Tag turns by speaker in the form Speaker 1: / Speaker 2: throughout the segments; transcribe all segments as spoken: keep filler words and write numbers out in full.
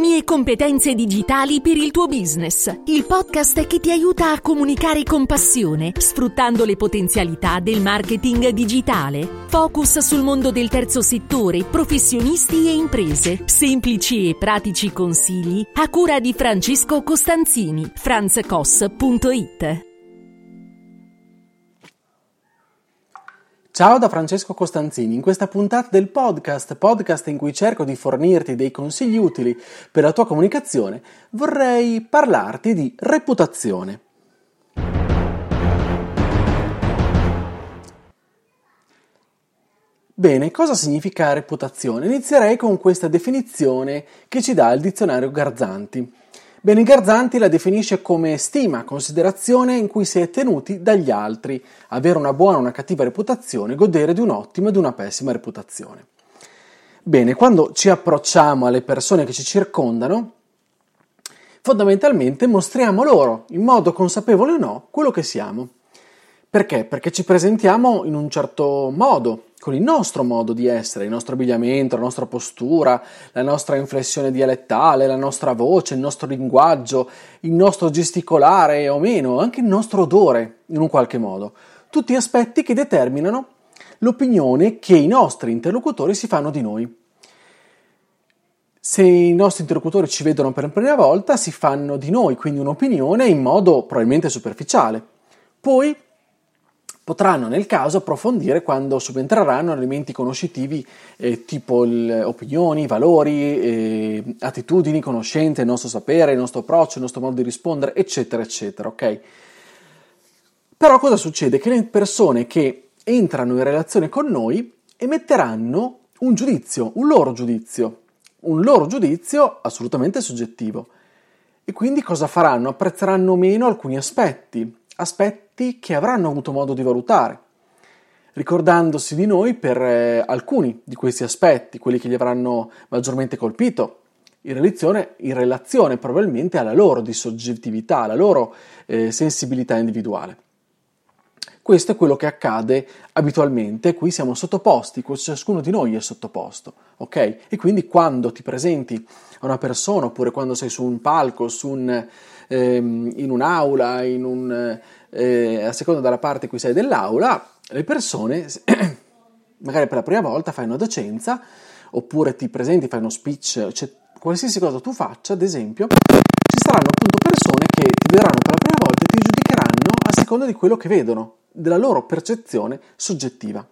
Speaker 1: Temi e competenze digitali per il tuo business. Il podcast che ti aiuta a comunicare con passione, sfruttando le potenzialità del marketing digitale. Focus sul mondo del terzo settore, professionisti e imprese. Semplici e pratici consigli a cura di Francesco Costanzini. franzcos punto it.
Speaker 2: Ciao da Francesco Costanzini. In questa puntata del podcast, podcast in cui cerco di fornirti dei consigli utili per la tua comunicazione, vorrei parlarti di reputazione. Bene, cosa significa reputazione? Inizierei con questa definizione che ci dà il dizionario Garzanti. Bene, Garzanti la definisce come stima, considerazione in cui si è tenuti dagli altri, avere una buona o una cattiva reputazione, godere di un'ottima o di una pessima reputazione. Bene, quando ci approcciamo alle persone che ci circondano, fondamentalmente mostriamo loro, in modo consapevole o no, quello che siamo. Perché? Perché ci presentiamo in un certo modo, con il nostro modo di essere, il nostro abbigliamento, la nostra postura, la nostra inflessione dialettale, la nostra voce, il nostro linguaggio, il nostro gesticolare o meno, anche il nostro odore, in un qualche modo. Tutti aspetti che determinano l'opinione che i nostri interlocutori si fanno di noi. Se i nostri interlocutori ci vedono per la prima volta, si fanno di noi, quindi un'opinione in modo probabilmente superficiale. Poi potranno nel caso approfondire quando subentreranno elementi conoscitivi eh, tipo il, opinioni, valori, eh, attitudini, conoscenze, il nostro sapere, il nostro approccio, il nostro modo di rispondere, eccetera, eccetera, ok? Però cosa succede? Che le persone che entrano in relazione con noi emetteranno un giudizio, un loro giudizio, un loro giudizio assolutamente soggettivo. E quindi cosa faranno? Apprezzeranno meno alcuni aspetti, aspetti che avranno avuto modo di valutare, ricordandosi di noi per eh, alcuni di questi aspetti, quelli che gli avranno maggiormente colpito, in relazione, in relazione probabilmente alla loro di soggettività, alla loro eh, sensibilità individuale. Questo è quello che accade abitualmente, qui siamo sottoposti, ciascuno di noi è sottoposto, ok? E quindi quando ti presenti a una persona, oppure quando sei su un palco, su un, ehm, in un'aula, in un, eh, a seconda della parte in cui sei dell'aula, le persone, magari per la prima volta fai una docenza, oppure ti presenti, fai uno speech, cioè, qualsiasi cosa tu faccia, ad esempio, ci saranno appunto persone che ti vedranno per la prima volta e ti giudicheranno a seconda di quello che vedono, della loro percezione soggettiva.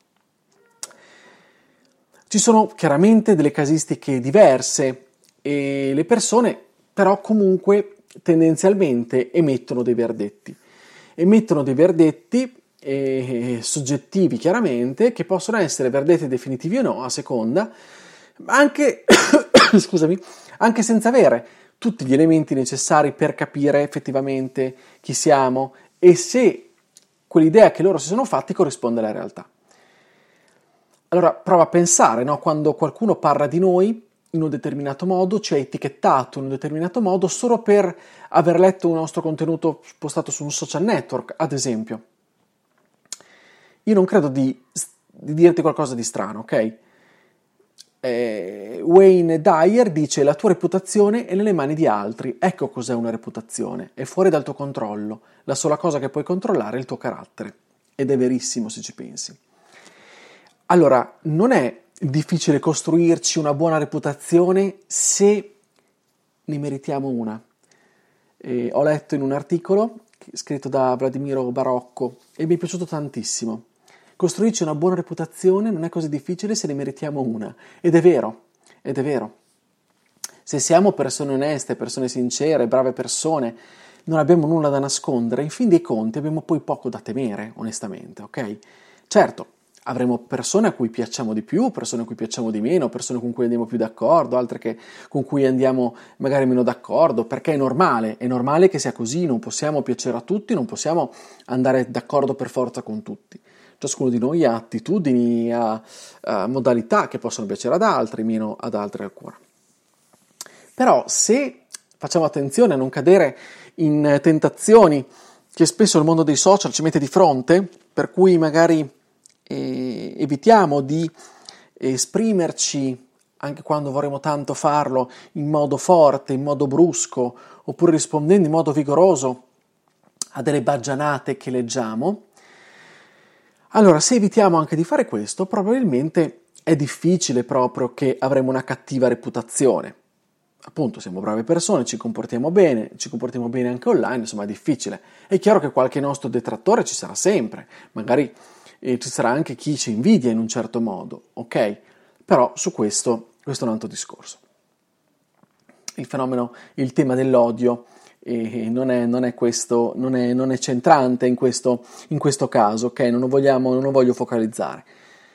Speaker 2: Ci sono chiaramente delle casistiche diverse e le persone però comunque tendenzialmente emettono dei verdetti. Emettono dei verdetti eh, soggettivi chiaramente, che possono essere verdetti definitivi o no, a seconda, anche, scusami, anche senza avere tutti gli elementi necessari per capire effettivamente chi siamo e se quell'idea che loro si sono fatti corrisponde alla realtà. Allora prova a pensare, no? Quando qualcuno parla di noi in un determinato modo, ci ha etichettato in un determinato modo solo per aver letto un nostro contenuto postato su un social network, ad esempio. Io non credo di, di dirti qualcosa di strano, ok? Eh, Wayne Dyer dice: la tua reputazione è nelle mani di altri. Ecco cos'è una reputazione, è fuori dal tuo controllo, la sola cosa che puoi controllare è il tuo carattere, ed è verissimo se ci pensi. Allora, non è difficile costruirci una buona reputazione se ne meritiamo una. Eh, ho letto in un articolo scritto da Vladimiro Barocco e mi è piaciuto tantissimo. Costruirci una buona reputazione non è così difficile se ne meritiamo una. Ed è vero, ed è vero. Se siamo persone oneste, persone sincere, brave persone, non abbiamo nulla da nascondere, in fin dei conti abbiamo poi poco da temere, onestamente, ok? Certo, avremo persone a cui piacciamo di più, persone a cui piacciamo di meno, persone con cui andiamo più d'accordo, altre che, con cui andiamo magari meno d'accordo, perché è normale, è normale che sia così, non possiamo piacere a tutti, non possiamo andare d'accordo per forza con tutti. Ciascuno di noi ha attitudini, ha, ha modalità che possono piacere ad altri, meno ad altri ancora. Però se facciamo attenzione a non cadere in tentazioni che spesso il mondo dei social ci mette di fronte, per cui magari eh, evitiamo di esprimerci anche quando vorremmo tanto farlo in modo forte, in modo brusco, oppure rispondendo in modo vigoroso a delle baggianate che leggiamo. Allora, se evitiamo anche di fare questo, probabilmente è difficile proprio che avremo una cattiva reputazione. Appunto, siamo brave persone, ci comportiamo bene, ci comportiamo bene anche online, insomma è difficile. È chiaro che qualche nostro detrattore ci sarà sempre, magari eh, ci sarà anche chi ci invidia in un certo modo, ok? Però su questo, questo è un altro discorso. Il fenomeno, il tema dell'odio eh, non, è, non è questo, non è, non è centrante in questo, in questo caso, ok? Non lo vogliamo, non lo voglio focalizzare.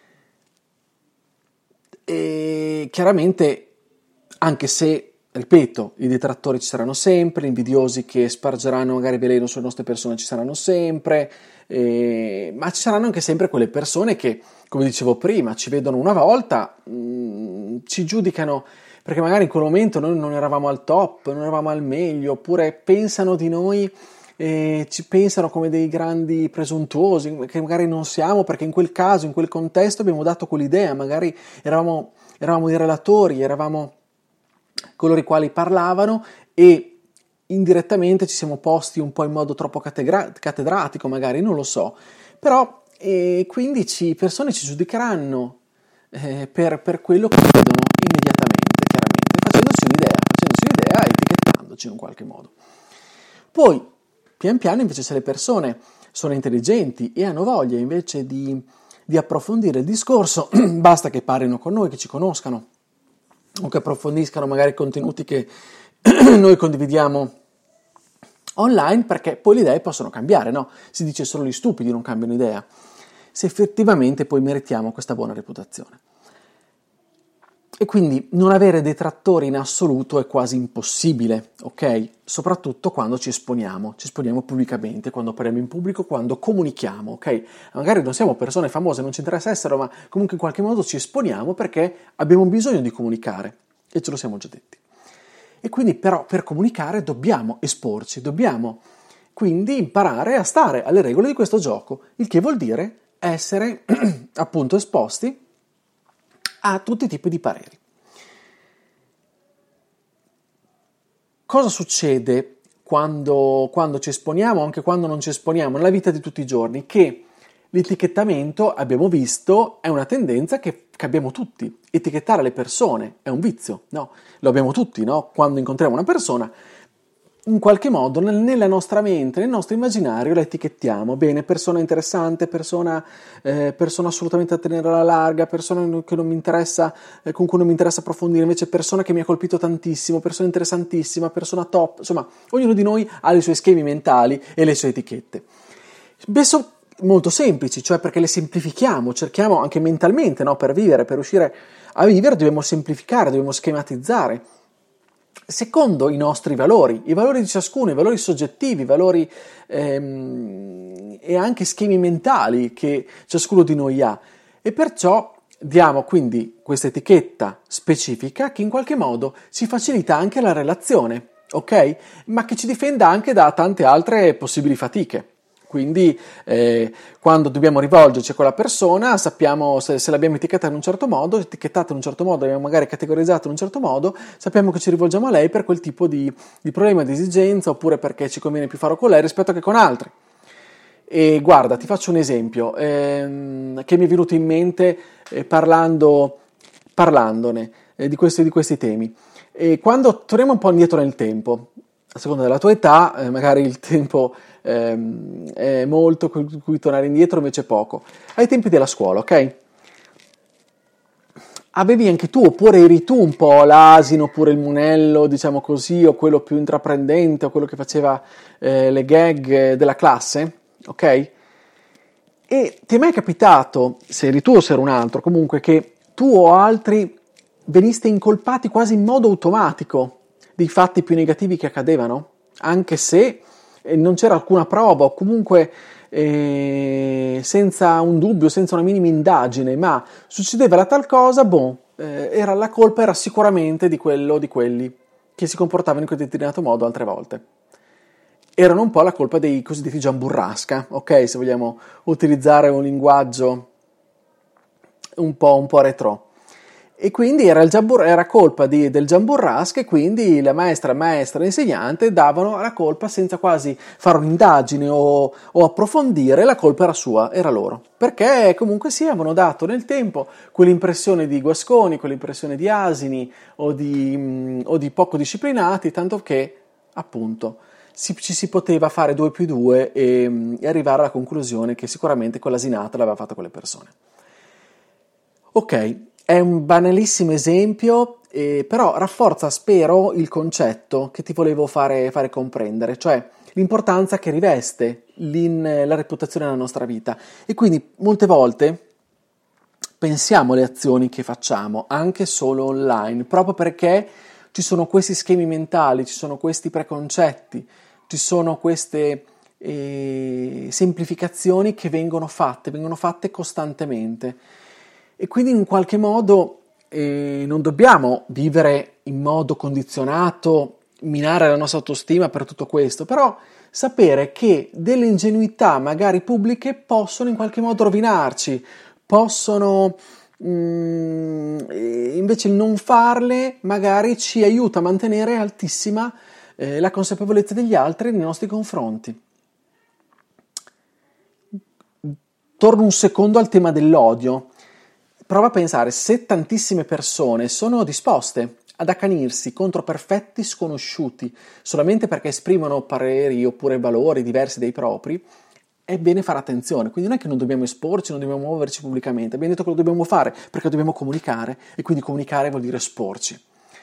Speaker 2: E chiaramente, anche se, ripeto, i detrattori ci saranno sempre, gli invidiosi che spargeranno magari veleno sulle nostre persone ci saranno sempre, eh, ma ci saranno anche sempre quelle persone che, come dicevo prima, ci vedono una volta, mh, ci giudicano perché magari in quel momento noi non eravamo al top, non eravamo al meglio, oppure pensano di noi, eh, ci pensano come dei grandi presuntuosi, che magari non siamo, perché in quel caso, in quel contesto abbiamo dato quell'idea, magari eravamo, eravamo i relatori, eravamo coloro i quali parlavano e indirettamente ci siamo posti un po' in modo troppo catedra- catedratico, magari, non lo so, però eh, quindi ci, persone ci giudicheranno eh, per, per quello che vedono immediatamente, chiaramente, facendoci un'idea, facendoci un'idea e etichettandoci in un qualche modo. Poi, pian piano, invece, se le persone sono intelligenti e hanno voglia invece di, di approfondire il discorso, basta che parlino con noi, che ci conoscano, o che approfondiscano magari contenuti che noi condividiamo online, perché poi le idee possono cambiare, no? Si dice solo gli stupidi non cambiano idea, se effettivamente poi meritiamo questa buona reputazione. E quindi non avere detrattori in assoluto è quasi impossibile, ok? Soprattutto quando ci esponiamo, ci esponiamo pubblicamente, quando parliamo in pubblico, quando comunichiamo, ok? Magari non siamo persone famose, non ci interessa essere, ma comunque in qualche modo ci esponiamo perché abbiamo bisogno di comunicare, e ce lo siamo già detti. E quindi però per comunicare dobbiamo esporci, dobbiamo quindi imparare a stare alle regole di questo gioco, il che vuol dire essere appunto esposti a tutti i tipi di pareri. Cosa succede quando, quando ci esponiamo, anche quando non ci esponiamo, nella vita di tutti i giorni? Che l'etichettamento, abbiamo visto, è una tendenza che, che abbiamo tutti. Etichettare le persone è un vizio, no? Lo abbiamo tutti, no? Quando incontriamo una persona, in qualche modo nella nostra mente, nel nostro immaginario la etichettiamo. Bene, persona interessante, persona, eh, persona assolutamente da tenere alla larga, persona che non mi interessa, eh, con cui non mi interessa approfondire, invece persona che mi ha colpito tantissimo, persona interessantissima, persona top. Insomma, ognuno di noi ha i suoi schemi mentali e le sue etichette. Spesso molto semplici, cioè perché le semplifichiamo, cerchiamo anche mentalmente, no? Per vivere, per riuscire a vivere dobbiamo semplificare, dobbiamo schematizzare secondo i nostri valori, i valori di ciascuno, i valori soggettivi, i valori ehm, e anche schemi mentali che ciascuno di noi ha, e perciò diamo quindi questa etichetta specifica che in qualche modo ci facilita anche la relazione, ok? Ma che ci difenda anche da tante altre possibili fatiche. Quindi eh, quando dobbiamo rivolgerci a quella persona sappiamo, se, se l'abbiamo etichettata in un certo modo, etichettata in un certo modo, l'abbiamo magari categorizzata in un certo modo, sappiamo che ci rivolgiamo a lei per quel tipo di, di problema, di esigenza, oppure perché ci conviene più farlo con lei rispetto che con altri. E guarda, ti faccio un esempio ehm, che mi è venuto in mente eh, parlando, parlandone eh, di, questi, di questi temi. E quando torniamo un po' indietro nel tempo, a seconda della tua età, eh, magari il tempo ehm, è molto, con cui tornare indietro invece poco. Ai tempi della scuola, ok? Avevi anche tu, oppure eri tu un po' l'asino, oppure il monello, diciamo così, o quello più intraprendente, o quello che faceva eh, le gag della classe, ok? E ti è mai capitato, se eri tu o se era un altro, comunque, che tu o altri veniste incolpati quasi in modo automatico dei fatti più negativi che accadevano, anche se non c'era alcuna prova o comunque eh, senza un dubbio, senza una minima indagine, ma succedeva la tal cosa, boh, eh, era, la colpa era sicuramente di quello o di quelli che si comportavano in quel determinato modo altre volte. Erano un po' la colpa dei cosiddetti giamburrasca, ok, se vogliamo utilizzare un linguaggio un po', un po' retro. E quindi era, il Gian Bur- era colpa di, del Gian Burrasca, e quindi la maestra, maestra e l'insegnante davano la colpa senza quasi fare un'indagine o, o approfondire. La colpa era sua, era loro, perché comunque sì, avevano dato nel tempo quell'impressione di guasconi, quell'impressione di asini o di, mh, o di poco disciplinati, tanto che appunto si, ci si poteva fare due più due e, mh, e arrivare alla conclusione che sicuramente quell'asinata l'aveva fatta quelle persone. Ok. È un banalissimo esempio, eh, però rafforza, spero, il concetto che ti volevo fare, fare comprendere, cioè l'importanza che riveste la reputazione nella nostra vita. E quindi molte volte pensiamo alle azioni che facciamo, anche solo online, proprio perché ci sono questi schemi mentali, ci sono questi preconcetti, ci sono queste eh, semplificazioni che vengono fatte, vengono fatte costantemente. E quindi in qualche modo eh, non dobbiamo vivere in modo condizionato, minare la nostra autostima per tutto questo, però sapere che delle ingenuità magari pubbliche possono in qualche modo rovinarci, possono mh, invece il non farle magari ci aiuta a mantenere altissima eh, la consapevolezza degli altri nei nostri confronti. Torno un secondo al tema dell'odio. Prova a pensare, se tantissime persone sono disposte ad accanirsi contro perfetti sconosciuti solamente perché esprimono pareri oppure valori diversi dai propri, è bene fare attenzione. Quindi non è che non dobbiamo esporci, non dobbiamo muoverci pubblicamente, abbiamo detto che lo dobbiamo fare perché dobbiamo comunicare, e quindi comunicare vuol dire esporci.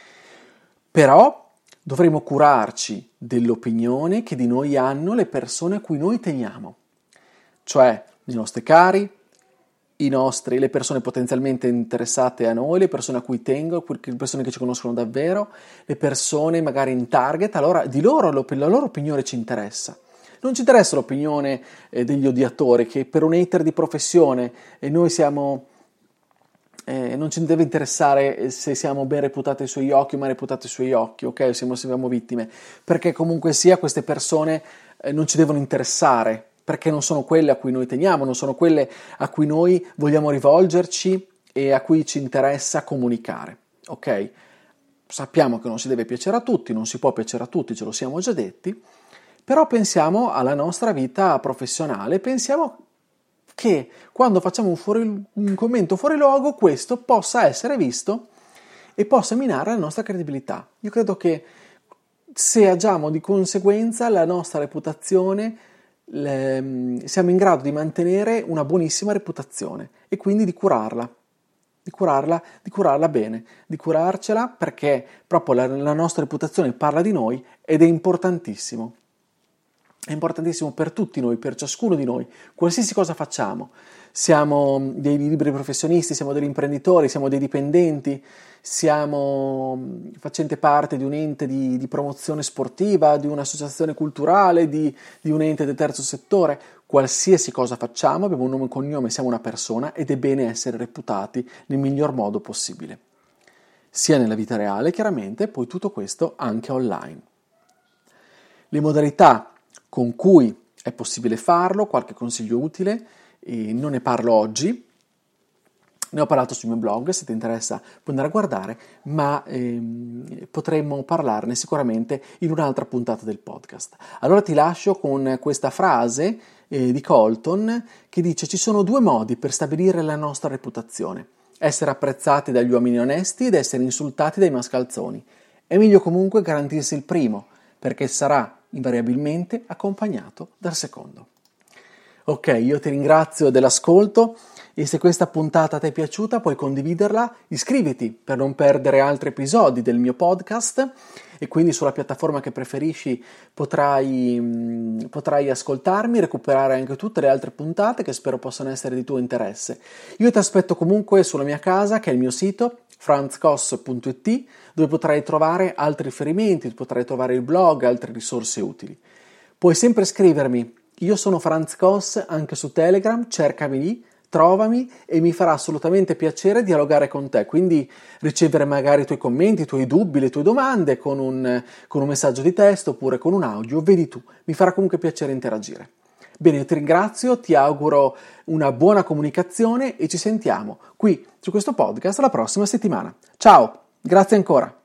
Speaker 2: Però dovremo curarci dell'opinione che di noi hanno le persone a cui noi teniamo, cioè i nostri cari, I nostri, le persone potenzialmente interessate a noi, le persone a cui tengo, le persone che ci conoscono davvero, le persone magari in target. Allora di loro la loro opinione ci interessa. Non ci interessa l'opinione eh, degli odiatori, che per un hater di professione e eh, noi siamo eh, non ci deve interessare se siamo ben reputati ai suoi occhi o mal reputati ai suoi occhi, ok? Siamo, siamo vittime, perché comunque sia queste persone eh, non ci devono interessare, perché non sono quelle a cui noi teniamo, non sono quelle a cui noi vogliamo rivolgerci e a cui ci interessa comunicare, ok? Sappiamo che non si deve piacere a tutti, non si può piacere a tutti, ce lo siamo già detti, però pensiamo alla nostra vita professionale, pensiamo che quando facciamo un, fuori, un commento fuori luogo questo possa essere visto e possa minare la nostra credibilità. Io credo che se agiamo di conseguenza la nostra reputazione, Le, siamo in grado di mantenere una buonissima reputazione e quindi di curarla, di curarla, di curarla bene, di curarcela, perché proprio la, la nostra reputazione parla di noi ed è importantissimo. È importantissimo per tutti noi, per ciascuno di noi, qualsiasi cosa facciamo. Siamo dei liberi professionisti, siamo degli imprenditori, siamo dei dipendenti, siamo facente parte di un ente di, di promozione sportiva, di un'associazione culturale, di, di un ente del terzo settore. Qualsiasi cosa facciamo, abbiamo un nome e un cognome, siamo una persona ed è bene essere reputati nel miglior modo possibile. Sia nella vita reale, chiaramente, e poi tutto questo anche online. Le modalità con cui è possibile farlo, qualche consiglio utile, e non ne parlo oggi, ne ho parlato sul mio blog, se ti interessa puoi andare a guardare, ma ehm, potremmo parlarne sicuramente in un'altra puntata del podcast. Allora ti lascio con questa frase eh, di Colton che dice: ci sono due modi per stabilire la nostra reputazione, essere apprezzati dagli uomini onesti ed essere insultati dai mascalzoni. È meglio comunque garantirsi il primo, perché sarà invariabilmente accompagnato dal secondo. Ok, io ti ringrazio dell'ascolto e se questa puntata ti è piaciuta puoi condividerla, iscriviti per non perdere altri episodi del mio podcast e quindi sulla piattaforma che preferisci potrai, mh, potrai ascoltarmi, recuperare anche tutte le altre puntate che spero possano essere di tuo interesse. Io ti aspetto comunque sulla mia casa, che è il mio sito franz cos punto it, dove potrai trovare altri riferimenti, potrai trovare il blog, altre risorse utili. Puoi sempre scrivermi. Io sono Franz Cos anche su Telegram, cercami lì, trovami e mi farà assolutamente piacere dialogare con te, quindi ricevere magari i tuoi commenti, i tuoi dubbi, le tue domande con un, con un messaggio di testo oppure con un audio, vedi tu, mi farà comunque piacere interagire. Bene, ti ringrazio, ti auguro una buona comunicazione e ci sentiamo qui su questo podcast la prossima settimana. Ciao, grazie ancora.